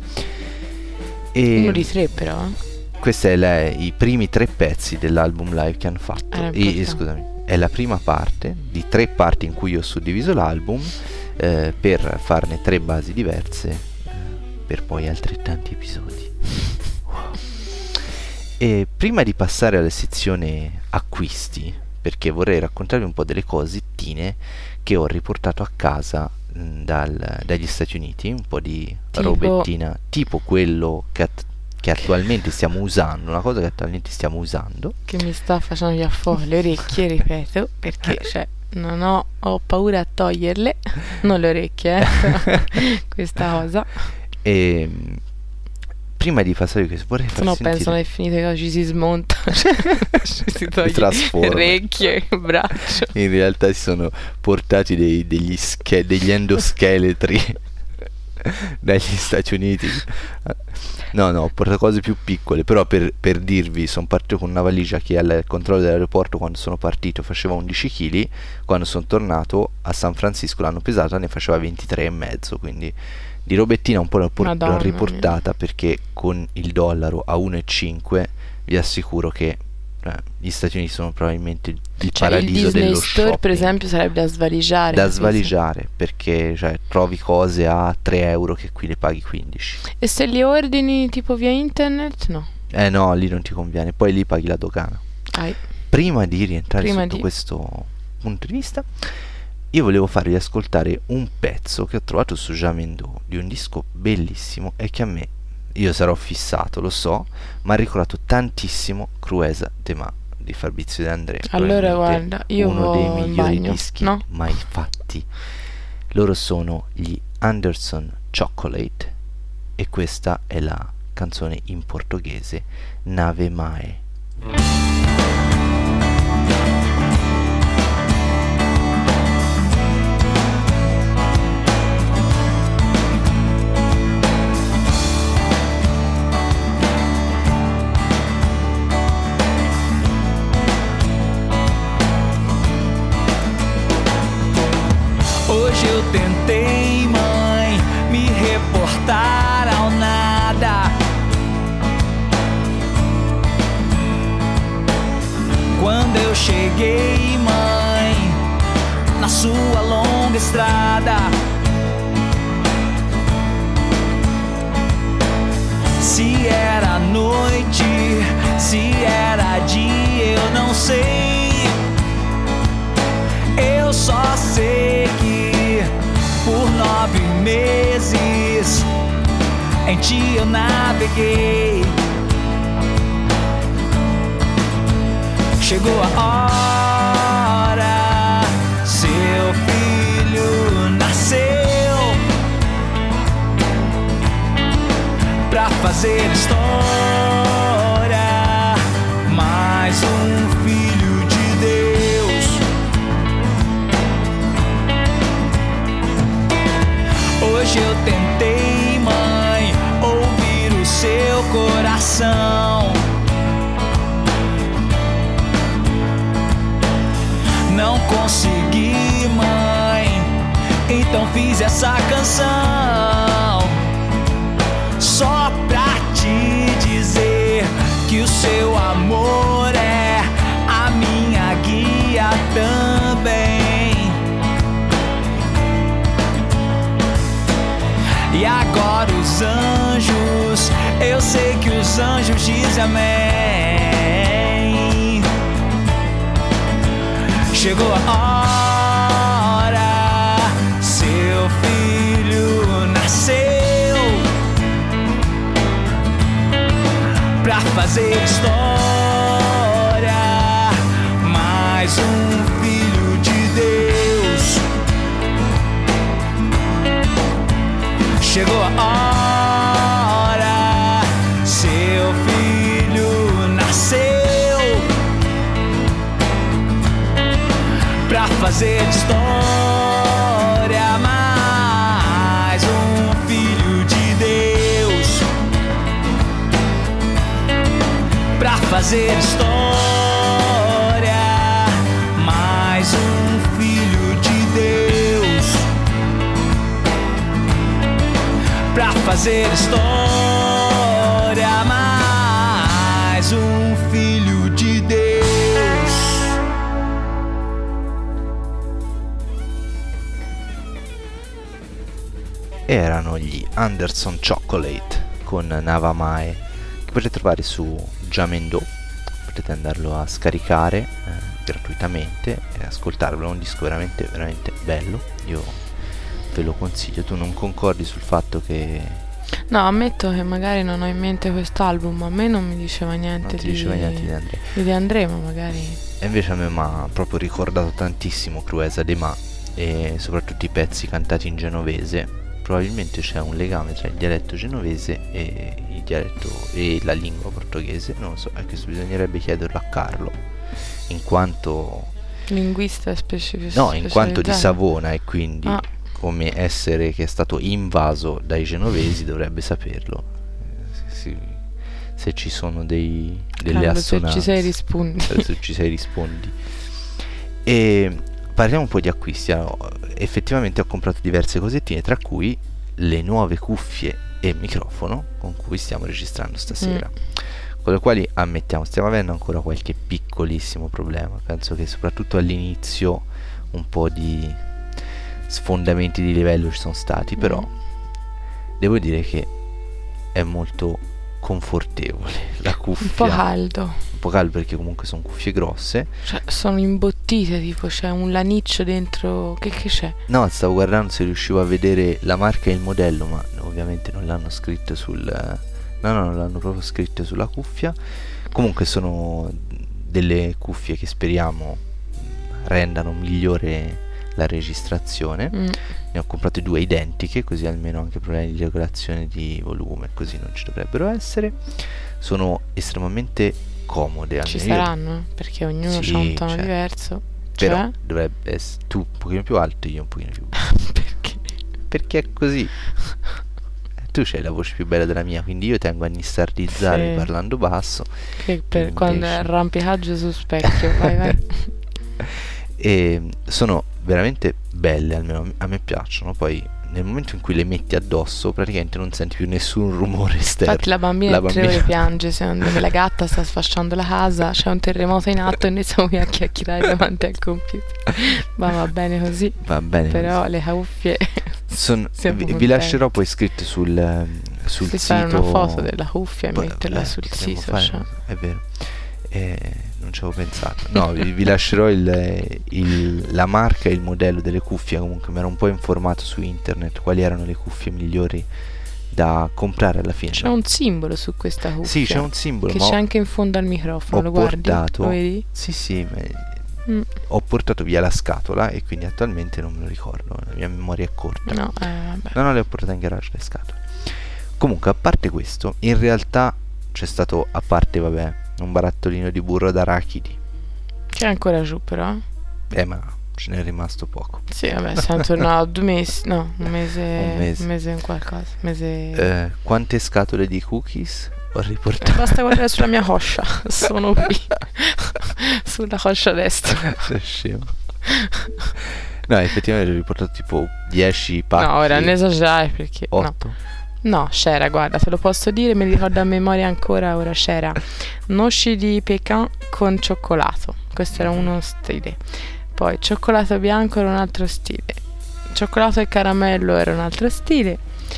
Uno di 3 però. Questi è i primi 3 pezzi dell'album live che hanno fatto. Scusami, è la prima parte di 3 parti in cui ho suddiviso l'album. per farne 3 basi diverse per poi altrettanti episodi. E prima di passare alla sezione acquisti, perché vorrei raccontarvi un po' delle cosettine che ho riportato a casa dagli Stati Uniti, un po' di robettina tipo quello che attualmente stiamo usando, una cosa che attualmente stiamo usando, che mi sta facendo via fuori le orecchie, ripeto, perché cioè ho paura a toglierle, non le orecchie, questa cosa. E prima di passare questo vorrei far sentire, pensano che è finito che ci si smonta, ci si toglie orecchie e braccio. In realtà si sono portati degli endoscheletri dagli Stati Uniti. No, ho portato cose più piccole, però per dirvi, sono partito con una valigia che al controllo dell'aeroporto, quando sono partito, faceva 11 kg, quando sono tornato a San Francisco l'hanno pesata, ne faceva 23,5, quindi di robettina un po' l'ho riportata mia. Perché con il dollaro a 1,5 vi assicuro che gli Stati Uniti sono probabilmente il paradiso dello Disney Store, shopping. per esempio, sarebbe da svaligiare. Perché trovi cose a 3 euro che qui le paghi 15. E se li ordini tipo via internet? No. No, lì non ti conviene, poi lì paghi la dogana. Prima di rientrare sotto questo punto di vista, io volevo farvi ascoltare un pezzo che ho trovato su Jamendo, di un disco bellissimo e che a me, io sarò fissato, lo so, ma ha ricordato tantissimo Cruesa de Ma di Fabrizio De André. Allora guarda, io uno dei migliori dischi mai fatti. Loro sono gli Anderson Chocolate e questa è la canzone in portoghese Nave Mae. Hoje eu tentei, mãe, me reportar ao nada. Quando eu cheguei, mãe, na sua longa estrada, se era noite, se era dia, eu não sei. Eu só sei que por 9 meses em ti eu naveguei. Chegou a hora, seu filho nasceu pra fazer história. Mais um filho de Deus. Hoje eu tentei, mãe, ouvir o seu coração. Não consegui, mãe, então fiz essa canção só pra te dizer que o seu amor é a minha guia também. E agora os anjos, eu sei que os anjos dizem amém. Chegou a hora, seu filho nasceu pra fazer história. Mais um filho de Deus. Chegou a hora, seu filho nasceu pra fazer história. Mais um filho de Deus pra fazer história. Mais um filho de Deus pra fazer história. Mais um filho de Deus. erano gli Anderson Chocolate con Nava Mae, che potete trovare su Jamendo. Potete andarlo a scaricare gratuitamente e ascoltarvelo. È un disco veramente veramente bello, io ve lo consiglio. Tu non concordi sul fatto che... No, ammetto che magari non ho in mente quest'album, a me non mi diceva niente, diceva niente di André. Di André, ma magari... E invece a me mi ha proprio ricordato tantissimo Cruesa de Ma, e soprattutto i pezzi cantati in genovese. Probabilmente c'è un legame tra il dialetto genovese e il dialetto e la lingua portoghese, non lo so, è che bisognerebbe chiederlo a Carlo, in quanto linguista specifico. No, in quanto di Savona, e quindi come essere che è stato invaso dai genovesi dovrebbe saperlo. Se ci sono delle Carlo, assonanze, se ci sei rispondi. E parliamo un po' di acquisti. Effettivamente ho comprato diverse cosettine, tra cui le nuove cuffie e microfono con cui stiamo registrando stasera, con le quali ammettiamo stiamo avendo ancora qualche piccolissimo problema. Penso che soprattutto all'inizio un po' di sfondamenti di livello ci sono stati, però devo dire che è molto confortevole la cuffia. Un po' caldo perché comunque sono cuffie grosse, cioè sono imbottite, tipo c'è un laniccio dentro. Che c'è? No, stavo guardando se riuscivo a vedere la marca e il modello, ma ovviamente non l'hanno scritto non l'hanno proprio scritto sulla cuffia. Comunque sono delle cuffie che speriamo rendano migliore la registrazione. Ne ho comprate 2 identiche, così almeno anche problemi di regolazione di volume così non ci dovrebbero essere. Sono estremamente comode. Ci saranno, perché ognuno ha un tono diverso. Però dovrebbe essere tu un pochino più alto e io un pochino più basso. Perché? Perché è così. Tu c'hai la voce più bella della mia, quindi io tengo a nistardizzare parlando basso. Che per quando è arrampicaggio su specchio. vai. E sono veramente belle, almeno a me piacciono. Poi nel momento in cui le metti addosso praticamente non senti più nessun rumore esterno. Infatti la bambina 3 ore piange, secondo me la gatta sta sfasciando la casa, c'è un terremoto in atto e noi siamo qui a chiacchierare davanti al computer. Ma va bene così. Va bene però così. Le cuffie vi lascerò poi scritto sul sito. Fare una foto della cuffia e metterla sul sito, è vero. Non ci avevo pensato. No, vi lascerò la marca e il modello delle cuffie. Comunque mi ero un po' informato su internet quali erano le cuffie migliori da comprare alla fine. C'è un simbolo su questa cuffia. Sì, c'è un simbolo che c'è anche in fondo al microfono. Lo guardi? Lo vedi? Sì, ho portato via la scatola e quindi attualmente non me lo ricordo. La mia memoria è corta. No, vabbè. No, le ho portate in garage le scatole. Comunque, a parte questo, in realtà c'è stato, a parte un barattolino di burro d'arachidi. C'è ancora giù però? Ma ce n'è rimasto poco. Sì, vabbè, siamo tornati 2 mesi. No, un mese in qualcosa. Quante scatole di cookies ho riportato? Basta guardare sulla mia coscia. Sono qui. Sulla coscia destra. Sei scemo. No, effettivamente ho riportato tipo 10 pacchi. No, ora ne esagerare perché 8. No, c'era, guarda, te lo posso dire, mi ricordo a memoria ancora ora, c'era noci di pecan con cioccolato, questo era uno stile, poi cioccolato bianco era un altro stile, cioccolato e caramello era un altro stile,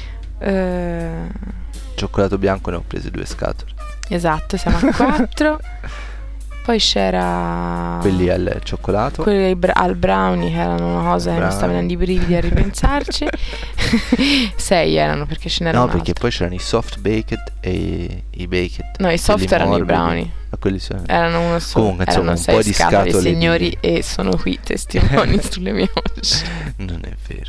cioccolato bianco ne ho prese 2 scatole. Esatto, siamo a 4. Poi c'era quelli al cioccolato, quelli al brownie, che erano una cosa che mi sta venendo i brividi a ripensarci. 6 erano, perché ce n'erano perché poi c'erano i soft baked e i baked. No, i soft erano i brownie. Ma quelli sono... erano uno solo. Comunque insomma erano un po' di scatole signori e sono qui testimoni sulle mie cosce. Non è vero.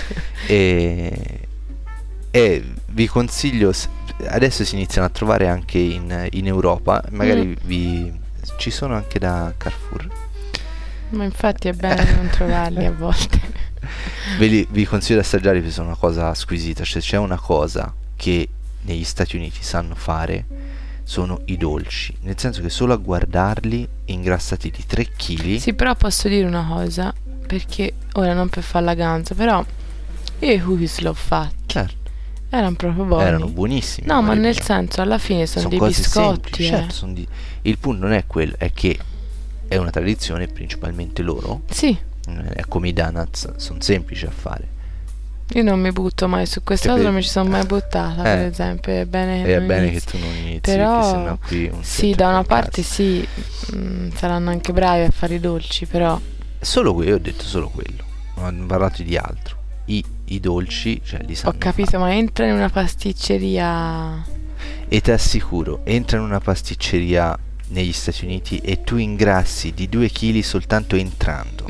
E vi consiglio, adesso si iniziano a trovare anche in Europa, magari ci sono anche da Carrefour. Ma infatti è bene non trovarli a volte. Vi consiglio di assaggiare perché sono una cosa squisita. Cioè, c'è una cosa che negli Stati Uniti sanno fare, sono i dolci, nel senso che solo a guardarli ingrassati di 3 kg. Sì, però posso dire una cosa, perché ora non per fare la ganza, però io i cookies l'ho fatti. Certo. Erano proprio buoni. Erano buonissimi. No, ma nel senso, alla fine sono dei biscotti. Certo, il punto non è quello, è che è una tradizione principalmente loro. Sì. È come i donuts, sono semplici a fare. Io non mi butto mai su quest'altro, non mi ci sono mai buttata, per esempio. È bene che tu non inizi, però, perché sennò qui sì, da una parte sì, saranno anche bravi a fare i dolci, però solo quello, io ho detto solo quello, non ho parlato di altro. I dolci, cioè li sanno ho capito, fare. ma entra in una pasticceria E ti assicuro, entra in una pasticceria negli Stati Uniti e tu ingrassi di 2 kg soltanto entrando.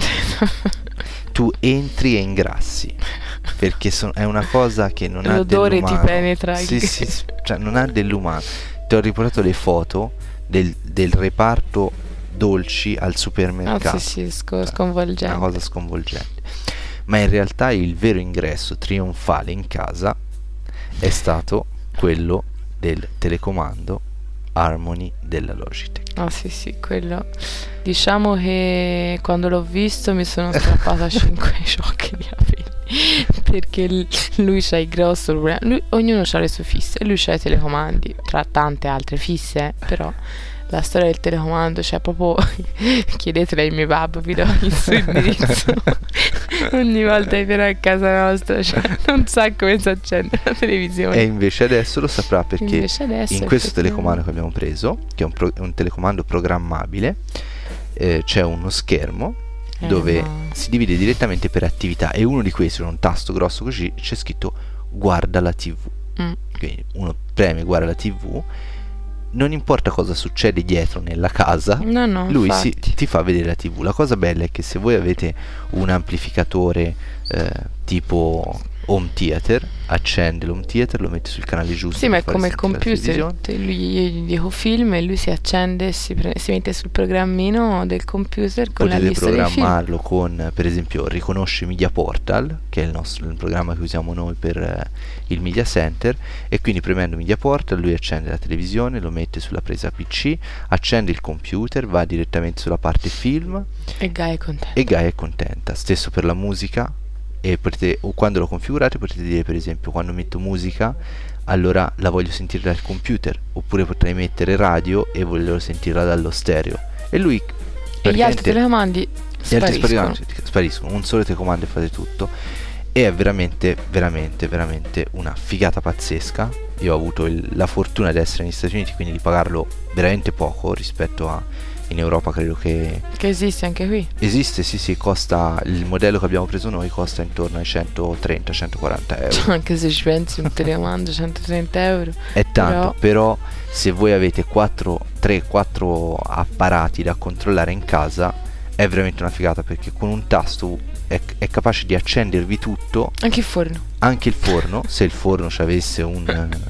Tu entri e ingrassi, perché è una cosa che non ha l'odore dell'umano. ti penetra. Sì, cioè non ha dell'umano. Ti ho riportato le foto del reparto dolci al supermercato. Sì, sconvolgente. Una cosa sconvolgente. Ma in realtà il vero ingresso trionfale in casa è stato quello del telecomando Harmony della Logitech. Sì, quello. Diciamo che quando l'ho visto mi sono strappata 5 ciocche di capelli, perché lui c'ha il grosso problema. Ognuno ha le sue fisse e lui c'ha i telecomandi, tra tante altre fisse, però la storia del telecomando, cioè proprio chiedetela ai miei babbo, vi do il suo indirizzo. Ogni volta che viene a casa nostra, cioè, non sa come si accende la televisione. E invece adesso lo saprà, perché adesso in questo telecomando che abbiamo preso, che è un telecomando programmabile, c'è uno schermo dove si divide direttamente per attività, e uno di questi, un tasto grosso così, c'è scritto guarda la TV. Quindi uno preme guarda la TV, non importa cosa succede dietro nella casa, lui ti fa vedere la TV. La cosa bella è che se voi avete un amplificatore tipo home theater, accende l'home theater, lo mette sul canale giusto. Sì, ma è come il computer. Io gli dico film e lui si accende, si mette sul programmino del computer con potete la lista dei film. Potete programmarlo con, per esempio, riconosce Media Portal, che è il programma che usiamo noi per il Media Center, e quindi premendo Media Portal lui accende la televisione, lo mette sulla presa PC, accende il computer, va direttamente sulla parte film e Gaia è contenta. Stesso per la musica. E quando lo configurate potete dire, per esempio, quando metto musica allora la voglio sentire dal computer, oppure potrei mettere radio e voglio sentirla dallo stereo, e lui e gli altri telecomandi spariscono. Un solo telecomando e fate tutto. E è veramente una figata pazzesca. Io ho avuto la fortuna di essere negli Stati Uniti, quindi di pagarlo veramente poco rispetto a in Europa. Credo che esiste anche qui. Esiste, sì, costa, il modello che abbiamo preso noi costa intorno ai 130-140 euro. Anche se ci pensi, un telecomando 130 euro è tanto, però se voi avete 3-4 apparati da controllare in casa è veramente una figata, perché con un tasto è capace di accendervi tutto. Anche il forno, se il forno ci avesse un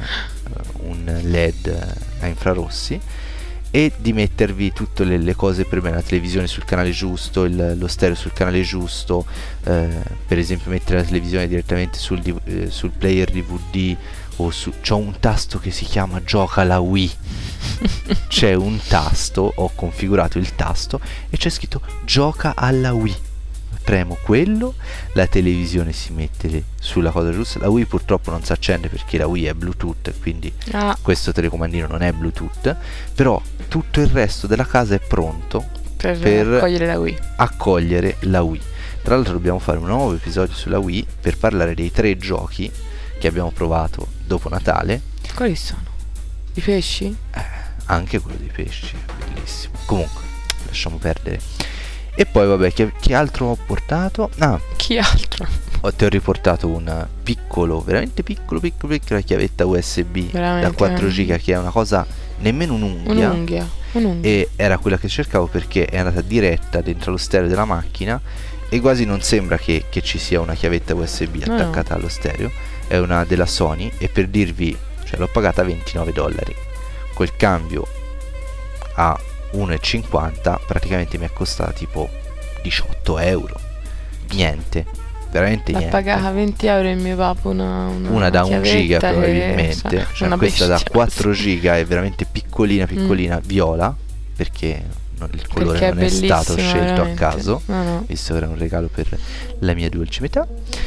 LED a infrarossi, e di mettervi tutte le cose per me, la televisione sul canale giusto, lo stereo sul canale giusto, per esempio mettere la televisione direttamente sul player DVD, o c'ho un tasto che si chiama gioca la Wii. C'è un tasto, ho configurato il tasto e c'è scritto gioca alla Wii. Premo quello, la televisione si mette sulla cosa giusta. La Wii purtroppo non si accende perché la Wii è Bluetooth, quindi questo telecomandino non è Bluetooth, però tutto il resto della casa è pronto per accogliere la Wii. Tra l'altro dobbiamo fare un nuovo episodio sulla Wii per parlare dei 3 giochi che abbiamo provato dopo Natale. Quali sono? I pesci? Anche quello dei pesci, bellissimo. Comunque, lasciamo perdere. E poi vabbè, che altro ho portato? Chi altro? Ti ho riportato un piccolo, veramente piccola chiavetta USB da 4 giga, che è una cosa, nemmeno un'unghia. E era quella che cercavo, perché è andata diretta dentro lo stereo della macchina e quasi non sembra che ci sia una chiavetta USB attaccata allo stereo. È una della Sony, e per dirvi, cioè l'ho pagata $29. Col cambio a 1,50 praticamente mi è costata tipo 18 euro. Niente, veramente niente. L'ha pagata 20 euro il mio papà, una da 1 giga probabilmente, una questa da 4 giga è veramente piccolina, viola, perché il colore non è stato scelto veramente. A caso, visto che era un regalo per la mia dolce metà.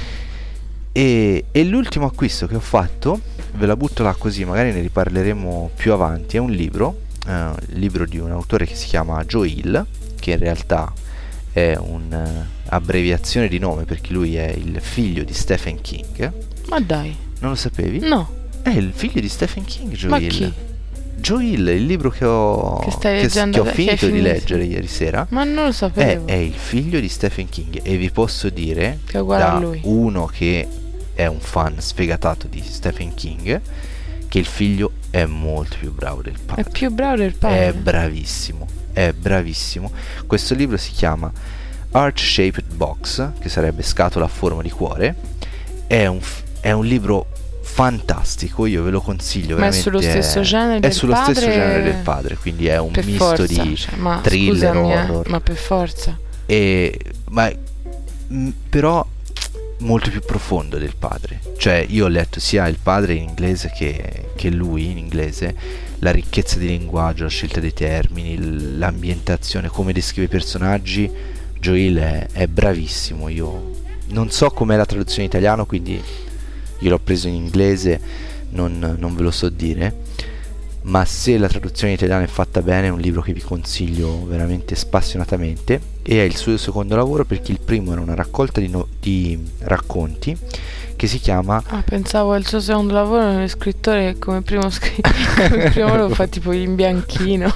E l'ultimo acquisto che ho fatto, ve la butto là così, magari ne riparleremo più avanti, è un libro di un autore che si chiama Joe Hill, che in realtà è abbreviazione di nome perché lui è il figlio di Stephen King. Ma dai. Non lo sapevi? No. È il figlio di Stephen King, Joe Ma Hill. chi? Joe Hill, il libro che ho finito di leggere ieri sera. Ma non lo sapevo. È il figlio di Stephen King e vi posso dire, che è uguale a lui, uno che è un fan sfegatato di Stephen King, che il figlio è molto più bravo del padre. È più bravo del padre? È bravissimo. Questo libro si chiama Heart-Shaped Box, che sarebbe scatola a forma di cuore. È un libro fantastico, io ve lo consiglio. Ma veramente. È sullo stesso genere del padre? È sullo stesso genere del padre, quindi è un misto di thriller, horror. Ma per forza. Però molto più profondo del padre. Cioè io ho letto sia il padre in inglese che lui in inglese, la ricchezza di linguaggio, la scelta dei termini, l'ambientazione, come descrive i personaggi. Joe Hill è bravissimo. Io non so com'è la traduzione in italiano, quindi io l'ho preso in inglese, non ve lo so dire, ma se la traduzione in italiano è fatta bene è un libro che vi consiglio veramente spassionatamente, e è il suo secondo lavoro perché il primo era una raccolta di racconti che si chiama... pensavo il suo secondo lavoro era scrittore, come primo lavoro fa tipo in bianchino.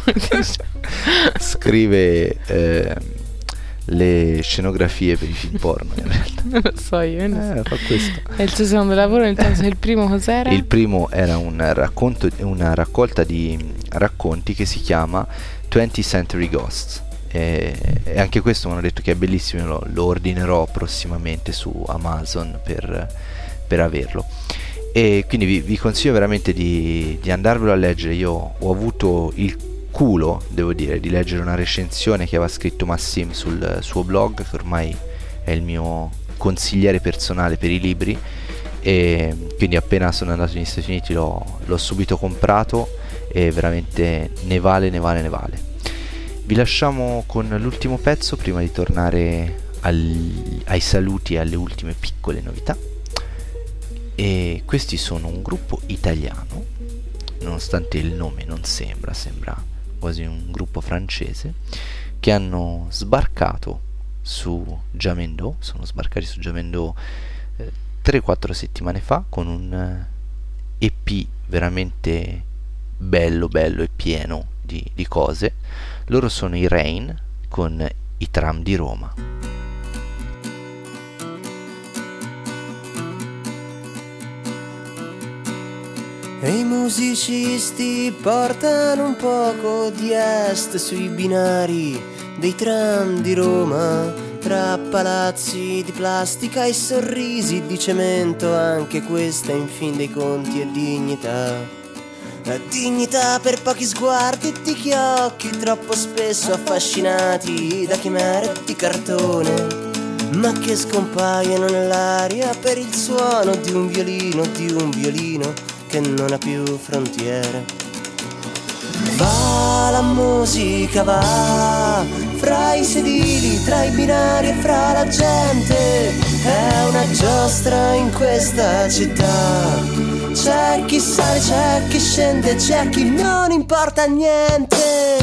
Scrive le scenografie per i film porno in realtà. Non lo so io. Fa questo. E il suo secondo lavoro, nel senso, il primo cos'era? Il primo era una raccolta di racconti che si chiama 20th Century Ghosts, e anche questo mi hanno detto che è bellissimo. Lo ordinerò prossimamente su Amazon per averlo, e quindi vi consiglio veramente di andarvelo a leggere. Io ho avuto il culo, devo dire, di leggere una recensione che aveva scritto Massim sul suo blog, che ormai è il mio consigliere personale per i libri, e quindi appena sono andato negli Stati Uniti l'ho subito comprato, e veramente ne vale. Vi lasciamo con l'ultimo pezzo prima di tornare ai saluti e alle ultime piccole novità, e questi sono un gruppo italiano, nonostante il nome non sembra quasi un gruppo francese, che hanno sbarcato su Jamendo. Sono sbarcati su Jamendo 3-4 settimane fa con un EP veramente bello e pieno di cose. Loro sono i Rain con i Tram di Roma. E i musicisti portano un poco di est sui binari dei tram di Roma, tra palazzi di plastica e sorrisi di cemento. Anche questa in fin dei conti è dignità. La dignità per pochi sguardi di occhi troppo spesso affascinati da chimere di cartone, ma che scompaiono nell'aria per il suono di un violino che non ha più frontiere. Va la musica, va fra i sedili, tra i binari e fra la gente. È una giostra in questa città. C'è chi sale, c'è chi scende, c'è chi non importa niente.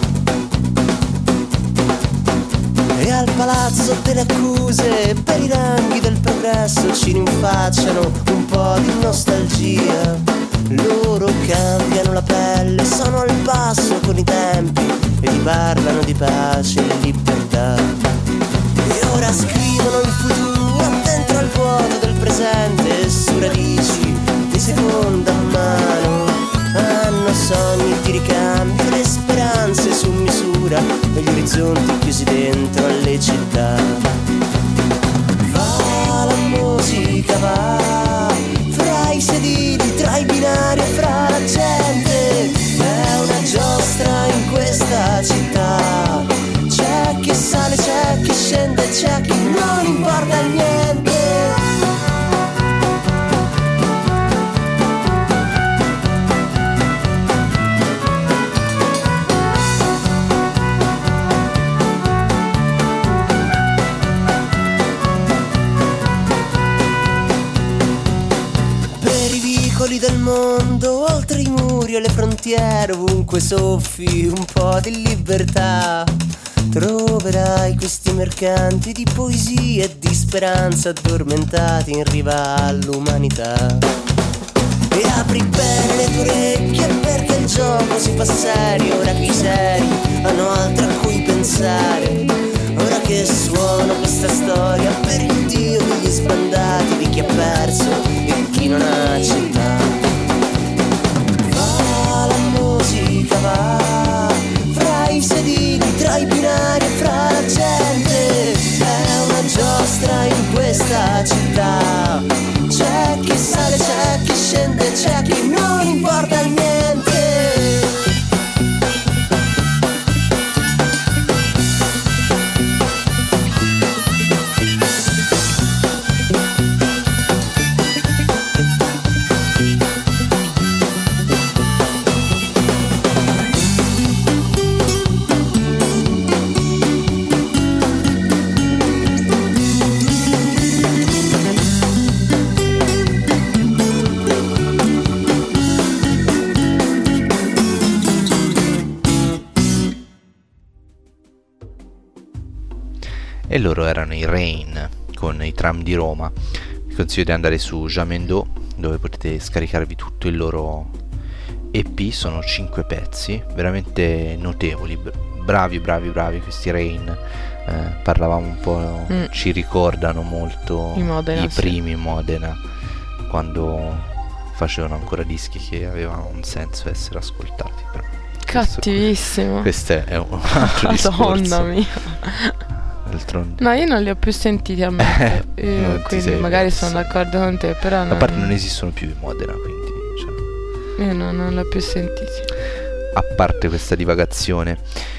E al palazzo delle accuse, per i ranghi del progresso, ci rinfacciano un po' di nostalgia. Loro cambiano la pelle, sono al passo con i tempi e ti parlano di pace e libertà. E ora scrivono il futuro dentro al vuoto del presente, su radici di seconda mano. Hanno sogni di ricambio, le speranze su misura e gli orizzonti chiusi dentro alle città. Va la musica, va fra i sedili, tra i binari e fra la gente. È una giostra in questa città. C'è chi sale, c'è chi scende, c'è chi non importa niente. Del mondo, oltre i muri e le frontiere, ovunque soffi un po' di libertà. troverai questi mercanti di poesia e di speranza addormentati in riva all'umanità. E apri bene le tue orecchie perché il gioco si fa serio, ora che i seri hanno altro a cui pensare. Ora che suona questa storia per il Dio degli sbandati, di chi ha perso e chi non ha città. Va la musica, va fra i sedili, tra i binari e fra la gente. È una giostra in questa città. C'è chi sale, c'è chi scende, c'è chi non importa niente. E loro erano i Rain con i Tram di Roma. Vi consiglio di andare su Jamendo, dove potete scaricarvi tutto il loro EP. Sono 5 pezzi veramente notevoli, bravi questi Rain. Parlavamo un po', ci ricordano molto Modena, i primi Modena, quando facevano ancora dischi che avevano un senso essere ascoltati. Però cattivissimo. Questo è un altro discorso. Madonna mia. D'altronde. No, io non li ho più sentiti a me. Quindi magari sono d'accordo con te, però a parte non esistono più in Modena, quindi io non li ho più sentiti. A parte questa divagazione,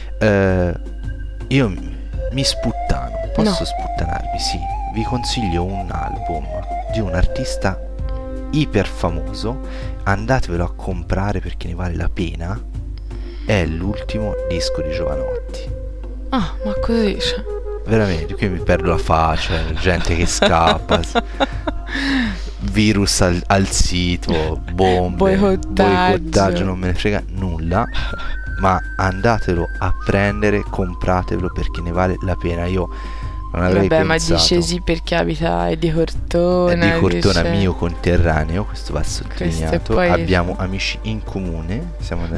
io mi sputtano. Posso sputtanarvi? Sì. Vi consiglio un album di un artista iper famoso. Andatevelo a comprare perché ne vale la pena. È l'ultimo disco di Jovanotti. Ah, ma così, cioè. Veramente, qui mi perdo la faccia, gente che scappa, virus al sito, bombe, boicottaggio, non me ne frega nulla, ma andatelo a prendere, compratevelo perché ne vale la pena. Io non avrei pensato. Ma dice sì perché abita è di Cortona. È di Cortona, dice... mio conterraneo, questo va sottolineato. Poi... abbiamo amici in comune,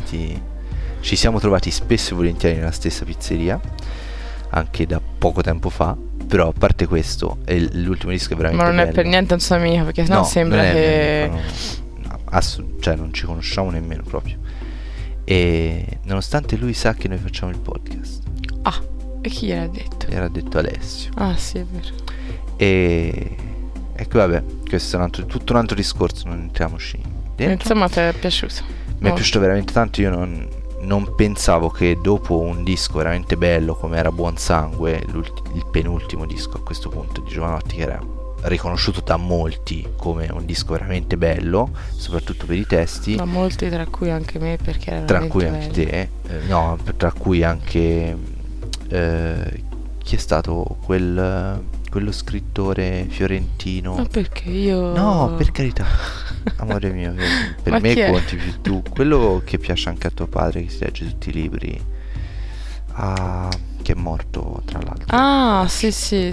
ci siamo trovati spesso e volentieri nella stessa pizzeria, anche da poco tempo fa. Però a parte questo, l'ultimo disco è veramente bello. Ma non è per niente un suo amico, perché sennò sembra che cioè non ci conosciamo nemmeno proprio. E nonostante lui sa che noi facciamo il podcast. Ah, e chi gliel'ha detto? Gliel'ha detto Alessio. Ah sì, è vero. E ecco, vabbè, questo è tutto un altro discorso, non entriamoci dentro. Insomma, ti è piaciuto? Mi è piaciuto veramente tanto. Io non pensavo che dopo un disco veramente bello come era Buon Sangue, il penultimo disco a questo punto di Jovanotti, che era riconosciuto da molti come un disco veramente bello, soprattutto per i testi, da molti, tra cui anche me, perché era tra cui anche bello. te, no, tra cui anche chi è stato quello scrittore fiorentino? Ma perché io... No, per carità, amore mio, per me conti più tu, quello che piace anche a tuo padre, che si legge tutti i libri, che è morto tra l'altro. Ah, sì,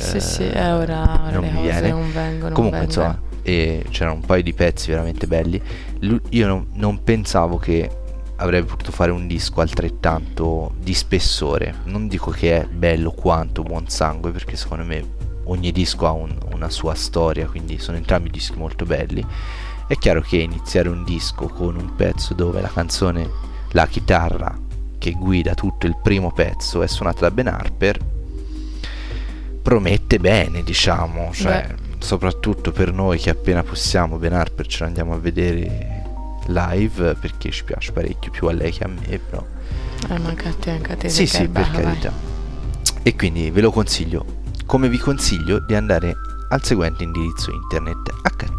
ora non le mi cose viene. non vengono. Comunque insomma, c'erano un paio di pezzi veramente belli. Io non pensavo che avrebbe potuto fare un disco altrettanto di spessore. Non dico che è bello quanto Buon Sangue, perché secondo me ogni disco ha una sua storia, quindi sono entrambi dischi molto belli. È chiaro che iniziare un disco con un pezzo dove la canzone, la chitarra che guida tutto il primo pezzo è suonata da Ben Harper, promette bene, diciamo, cioè, soprattutto per noi che appena possiamo Ben Harper ce l'andiamo a vedere live, perché ci piace parecchio, più a lei che a me, però manca a te sì, per carità. E quindi ve lo consiglio, come vi consiglio di andare al seguente indirizzo internet: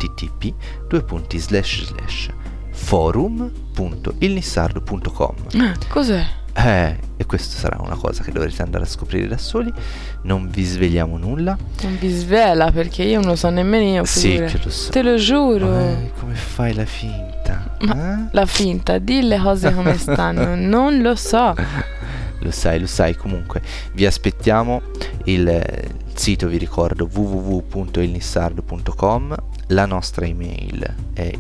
http://forum.ilnissardo.com. Cos'è? E questo sarà una cosa che dovrete andare a scoprire da soli. Non vi svegliamo nulla. Non vi svela, perché io non lo so nemmeno io. Sì, che lo so. Te lo giuro. Come fai la finta? Ma la finta, di le cose come stanno. Non lo so. Lo sai, comunque vi aspettiamo. Il sito, vi ricordo, www.ilnissardo.com. La nostra email è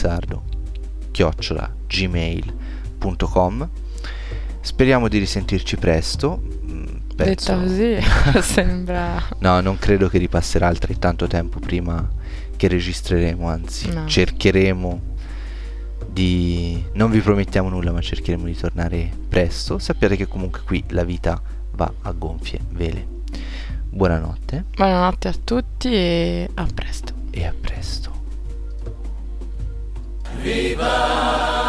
ilnissardo@gmail.com. Speriamo di risentirci presto. Detta così sembra... No, non credo che ripasserà altrettanto tempo prima che registreremo, anzi No. cercheremo di... non vi promettiamo nulla, ma cercheremo di tornare presto. Sappiate che comunque qui la vita va a gonfie vele. Buonanotte. Buonanotte a tutti e a presto. E a presto. Viva